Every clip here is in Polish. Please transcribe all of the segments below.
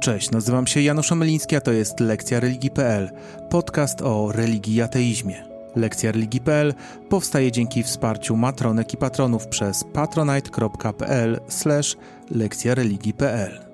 Cześć, nazywam się Janusz Omyliński, a to jest Lekcja Religii.pl, podcast o religii i ateizmie. Lekcja Religii.pl powstaje dzięki wsparciu matronek i patronów przez patronite.pl/lekcjareligii.pl.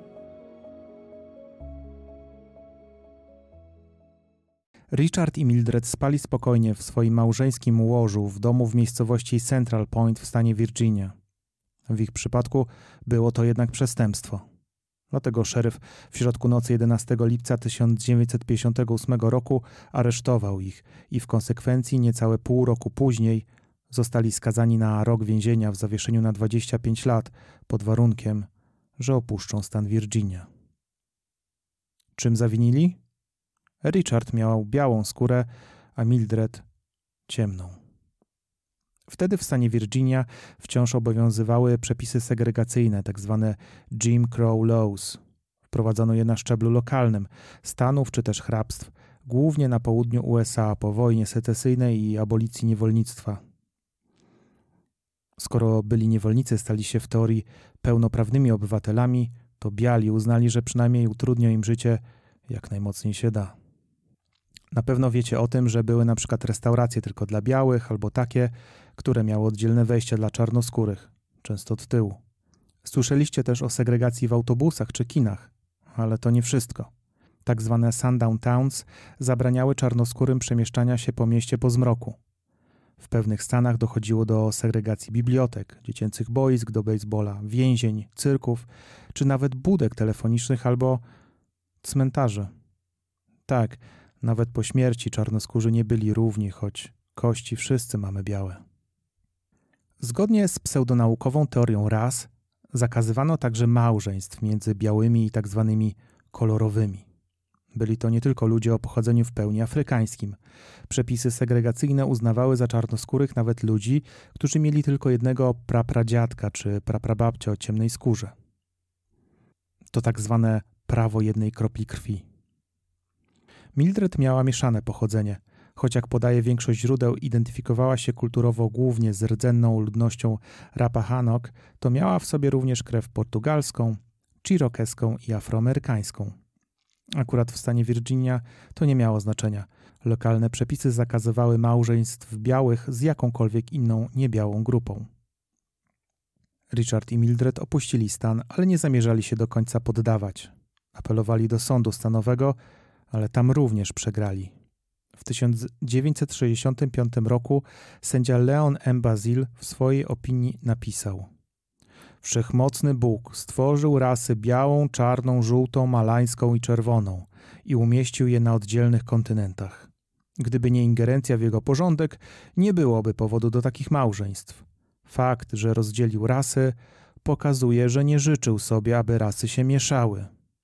Richard i Mildred spali spokojnie w swoim małżeńskim łożu w domu w miejscowości Central Point w stanie Virginia. W ich przypadku było to jednak przestępstwo. Dlatego szeryf w środku nocy 11 lipca 1958 roku aresztował ich i w konsekwencji niecałe pół roku później zostali skazani na rok więzienia w zawieszeniu na 25 lat pod warunkiem, że opuszczą stan Virginia. Czym zawinili? Richard miał białą skórę, a Mildred ciemną. Wtedy w stanie Virginia wciąż obowiązywały przepisy segregacyjne, tzw. Jim Crow Laws. Wprowadzono je na szczeblu lokalnym, stanów czy też hrabstw, głównie na południu USA po wojnie secesyjnej i abolicji niewolnictwa. Skoro byli niewolnicy stali się w teorii pełnoprawnymi obywatelami, to biali uznali, że przynajmniej utrudnią im życie jak najmocniej się da. Na pewno wiecie o tym, że były na przykład restauracje tylko dla białych albo takie, które miały oddzielne wejścia dla czarnoskórych, często od tyłu. Słyszeliście też o segregacji w autobusach czy kinach, ale to nie wszystko. Tak zwane sundown towns zabraniały czarnoskórym przemieszczania się po mieście po zmroku. W pewnych stanach dochodziło do segregacji bibliotek, dziecięcych boisk do baseballa, więzień, cyrków, czy nawet budek telefonicznych albo cmentarzy. Tak, nawet po śmierci czarnoskórzy nie byli równi, choć kości wszyscy mamy białe. Zgodnie z pseudonaukową teorią ras zakazywano także małżeństw między białymi i tak zwanymi kolorowymi. Byli to nie tylko ludzie o pochodzeniu w pełni afrykańskim. Przepisy segregacyjne uznawały za czarnoskórych nawet ludzi, którzy mieli tylko jednego prapradziadka czy praprababcia o ciemnej skórze. To tak zwane prawo jednej kropli krwi. Mildred miała mieszane pochodzenie, choć jak podaje większość źródeł identyfikowała się kulturowo głównie z rdzenną ludnością Rappahannock, to miała w sobie również krew portugalską, cherokeską i afroamerykańską. Akurat w stanie Virginia to nie miało znaczenia. Lokalne przepisy zakazywały małżeństw białych z jakąkolwiek inną niebiałą grupą. Richard i Mildred opuścili stan, ale nie zamierzali się do końca poddawać. Apelowali do sądu stanowego, ale tam również przegrali. W 1965 roku sędzia Leon M. Bazile w swojej opinii napisał: Wszechmocny Bóg stworzył rasy białą, czarną, żółtą, malańską i czerwoną i umieścił je na oddzielnych kontynentach. Gdyby nie ingerencja w jego porządek, nie byłoby powodu do takich małżeństw. Fakt, że rozdzielił rasy, pokazuje, że nie życzył sobie, aby rasy się mieszały.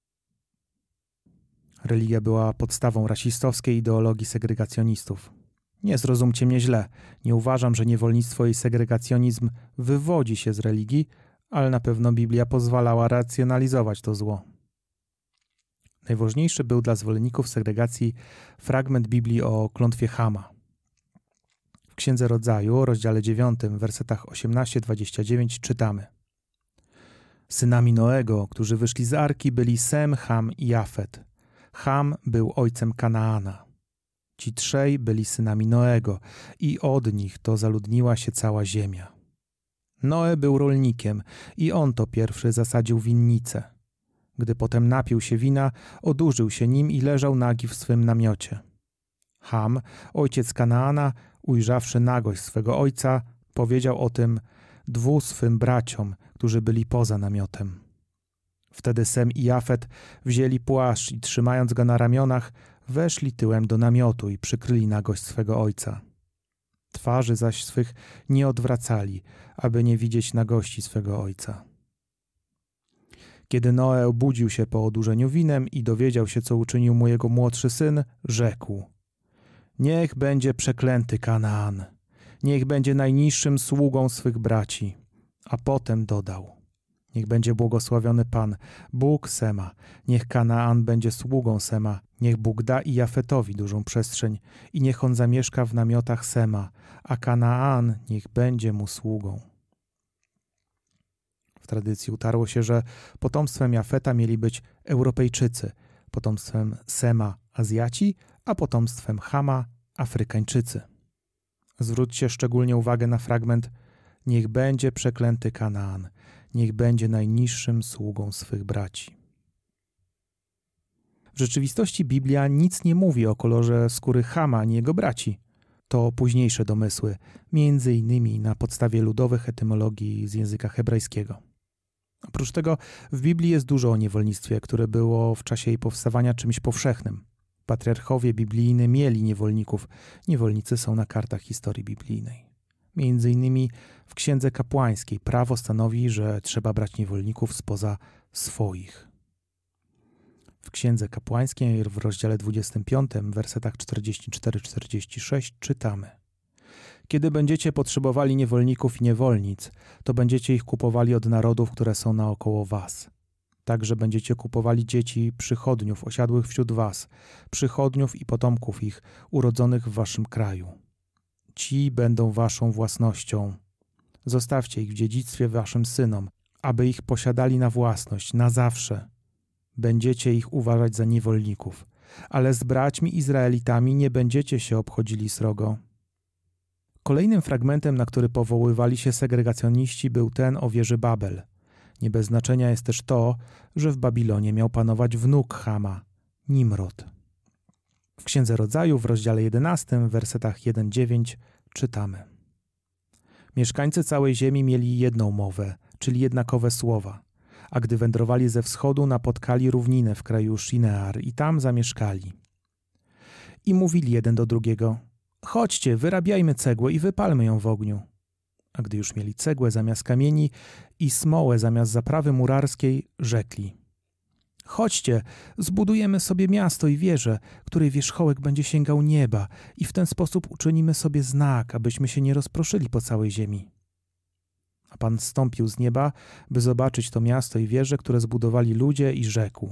Religia była podstawą rasistowskiej ideologii segregacjonistów. Nie zrozumcie mnie źle, nie uważam, że niewolnictwo i segregacjonizm wywodzi się z religii, ale na pewno Biblia pozwalała racjonalizować to zło. Najważniejszy był dla zwolenników segregacji fragment Biblii o klątwie Chama. W Księdze Rodzaju, rozdziale 9, w wersetach 18-29 czytamy: Synami Noego, którzy wyszli z arki, byli Sem, Cham i Jafet. Cham był ojcem Kanaana. Ci trzej byli synami Noego i od nich to zaludniła się cała ziemia. Noe był rolnikiem i on to pierwszy zasadził winnicę. Gdy potem napił się wina, odurzył się nim i leżał nagi w swym namiocie. Cham, ojciec Kanaana, ujrzawszy nagość swego ojca, powiedział o tym 2 swym braciom, którzy byli poza namiotem. Wtedy Sem i Jafet wzięli płaszcz i trzymając go na ramionach, weszli tyłem do namiotu i przykryli nagość swego ojca. Twarzy zaś swych nie odwracali, aby nie widzieć nagości swego ojca. Kiedy Noe obudził się po odurzeniu winem i dowiedział się, co uczynił mu jego młodszy syn, rzekł: Niech będzie przeklęty Kanaan, niech będzie najniższym sługą swych braci. A potem dodał: Niech będzie błogosławiony Pan, Bóg Sema, niech Kanaan będzie sługą Sema, niech Bóg da i Jafetowi dużą przestrzeń i niech on zamieszka w namiotach Sema, a Kanaan niech będzie mu sługą. W tradycji utarło się, że potomstwem Jafeta mieli być Europejczycy, potomstwem Sema Azjaci, a potomstwem Chama Afrykańczycy. Zwróćcie szczególnie uwagę na fragment: niech będzie przeklęty Kanaan, niech będzie najniższym sługą swych braci. W rzeczywistości Biblia nic nie mówi o kolorze skóry Chama ani jego braci. To późniejsze domysły, między innymi na podstawie ludowych etymologii z języka hebrajskiego. Oprócz tego w Biblii jest dużo o niewolnictwie, które było w czasie jej powstawania czymś powszechnym. Patriarchowie biblijni mieli niewolników. Niewolnicy są na kartach historii biblijnej. Między innymi w Księdze Kapłańskiej prawo stanowi, że trzeba brać niewolników spoza swoich. W Księdze Kapłańskiej w rozdziale 25, w wersetach 44-46 czytamy: Kiedy będziecie potrzebowali niewolników i niewolnic, to będziecie ich kupowali od narodów, które są naokoło was. Także będziecie kupowali dzieci przychodniów osiadłych wśród was, przychodniów i potomków ich, urodzonych w waszym kraju. Ci będą waszą własnością. Zostawcie ich w dziedzictwie waszym synom, aby ich posiadali na własność, na zawsze. Będziecie ich uważać za niewolników, ale z braćmi Izraelitami nie będziecie się obchodzili srogo. Kolejnym fragmentem, na który powoływali się segregacjoniści, był ten o wieży Babel. Nie bez znaczenia jest też to, że w Babilonie miał panować wnuk Chama, Nimrod. W Księdze Rodzaju w rozdziale 11, w wersetach 1-9 czytamy: Mieszkańcy całej ziemi mieli jedną mowę, czyli jednakowe słowa, a gdy wędrowali ze wschodu, napotkali równinę w kraju Shinear i tam zamieszkali. I mówili jeden do drugiego: chodźcie, wyrabiajmy cegłę i wypalmy ją w ogniu. A gdy już mieli cegłę zamiast kamieni i smołę zamiast zaprawy murarskiej, rzekli: chodźcie, zbudujemy sobie miasto i wieżę, której wierzchołek będzie sięgał nieba i w ten sposób uczynimy sobie znak, abyśmy się nie rozproszyli po całej ziemi. A Pan zstąpił z nieba, by zobaczyć to miasto i wieże, które zbudowali ludzie, i rzekł: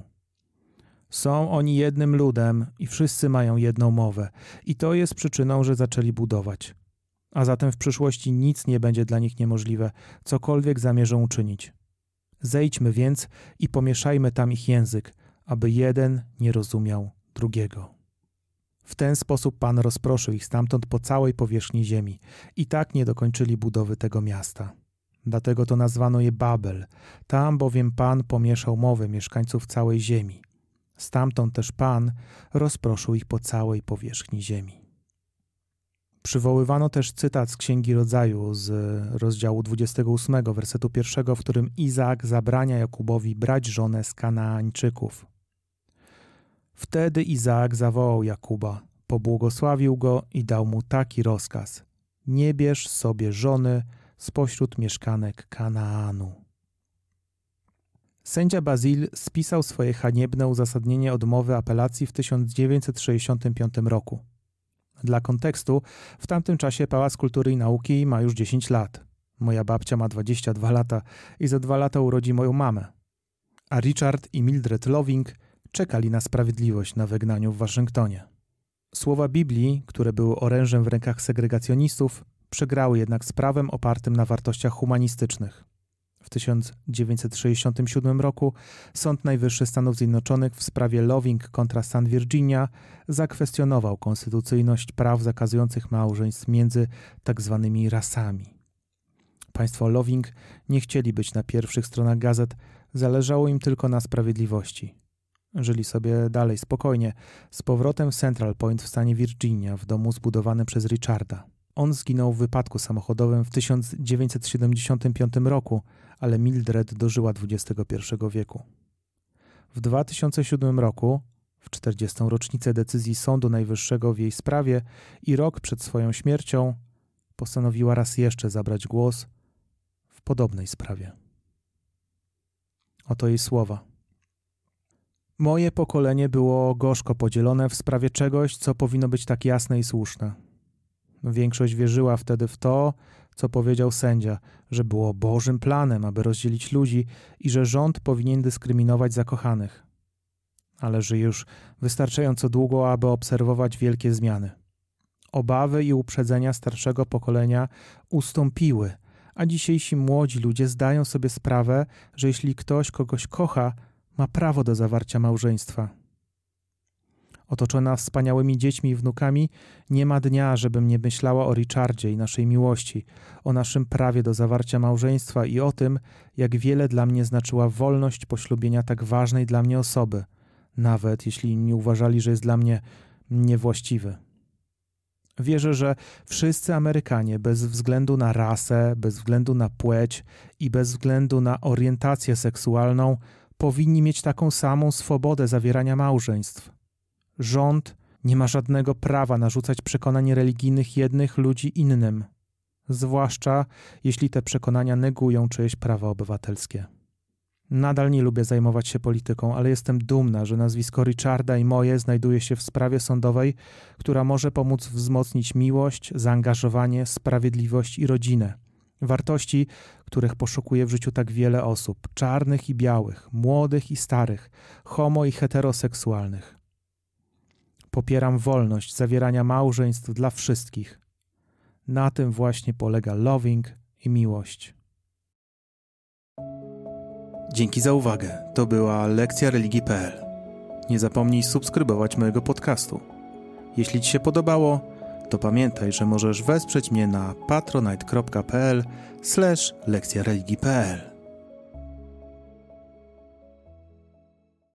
są oni jednym ludem i wszyscy mają jedną mowę i to jest przyczyną, że zaczęli budować. A zatem w przyszłości nic nie będzie dla nich niemożliwe, cokolwiek zamierzą uczynić. Zejdźmy więc i pomieszajmy tam ich język, aby jeden nie rozumiał drugiego. W ten sposób Pan rozproszył ich stamtąd po całej powierzchni ziemi i tak nie dokończyli budowy tego miasta. Dlatego to nazwano je Babel, tam bowiem Pan pomieszał mowy mieszkańców całej ziemi. Stamtąd też Pan rozproszył ich po całej powierzchni ziemi. Przywoływano też cytat z Księgi Rodzaju z rozdziału 28, wersetu 1, w którym Izaak zabrania Jakubowi brać żonę z Kanaańczyków. Wtedy Izaak zawołał Jakuba, pobłogosławił go i dał mu taki rozkaz: nie bierz sobie żony spośród mieszkanek Kanaanu. Sędzia Bazil spisał swoje haniebne uzasadnienie odmowy apelacji w 1965 roku. Dla kontekstu, w tamtym czasie Pałac Kultury i Nauki ma już 10 lat. Moja babcia ma 22 lata i za 2 lata urodzi moją mamę. A Richard i Mildred Loving czekali na sprawiedliwość na wygnaniu w Waszyngtonie. Słowa Biblii, które były orężem w rękach segregacjonistów, przegrały jednak z prawem opartym na wartościach humanistycznych. W 1967 roku Sąd Najwyższy Stanów Zjednoczonych w sprawie Loving kontra Stan Virginia zakwestionował konstytucyjność praw zakazujących małżeństw między tak zwanymi rasami. Państwo Loving nie chcieli być na pierwszych stronach gazet, zależało im tylko na sprawiedliwości. Żyli sobie dalej spokojnie, z powrotem w Central Point w stanie Virginia, w domu zbudowanym przez Richarda. On zginął w wypadku samochodowym w 1975 roku, ale Mildred dożyła XXI wieku. W 2007 roku, w 40. rocznicę decyzji Sądu Najwyższego w jej sprawie i rok przed swoją śmiercią, postanowiła raz jeszcze zabrać głos w podobnej sprawie. Oto jej słowa. Moje pokolenie było gorzko podzielone w sprawie czegoś, co powinno być tak jasne i słuszne. Większość wierzyła wtedy w to, co powiedział sędzia, że było Bożym planem, aby rozdzielić ludzi i że rząd powinien dyskryminować zakochanych. Ale żyje już wystarczająco długo, aby obserwować wielkie zmiany. Obawy i uprzedzenia starszego pokolenia ustąpiły, A dzisiejsi młodzi ludzie zdają sobie sprawę, że jeśli ktoś kogoś kocha, ma prawo do zawarcia małżeństwa. Otoczona wspaniałymi dziećmi i wnukami, nie ma dnia, żebym nie myślała o Richardzie i naszej miłości, o naszym prawie do zawarcia małżeństwa i o tym, jak wiele dla mnie znaczyła wolność poślubienia tak ważnej dla mnie osoby, nawet jeśli inni uważali, że jest dla mnie niewłaściwy. Wierzę, że wszyscy Amerykanie, bez względu na rasę, bez względu na płeć i bez względu na orientację seksualną, powinni mieć taką samą swobodę zawierania małżeństw. Rząd nie ma żadnego prawa narzucać przekonań religijnych jednych ludzi innym, zwłaszcza jeśli te przekonania negują czyjeś prawa obywatelskie. Nadal nie lubię zajmować się polityką, ale jestem dumna, że nazwisko Richarda i moje znajduje się w sprawie sądowej, która może pomóc wzmocnić miłość, zaangażowanie, sprawiedliwość i rodzinę. Wartości, których poszukuje w życiu tak wiele osób, czarnych i białych, młodych i starych, homo i heteroseksualnych. Popieram wolność zawierania małżeństw dla wszystkich. Na tym właśnie polega loving i miłość. Dzięki za uwagę. To była lekcja religii.pl. Nie zapomnij subskrybować mojego podcastu. Jeśli Ci się podobało, to pamiętaj, że możesz wesprzeć mnie na patronite.pl/lekcjareligii.pl.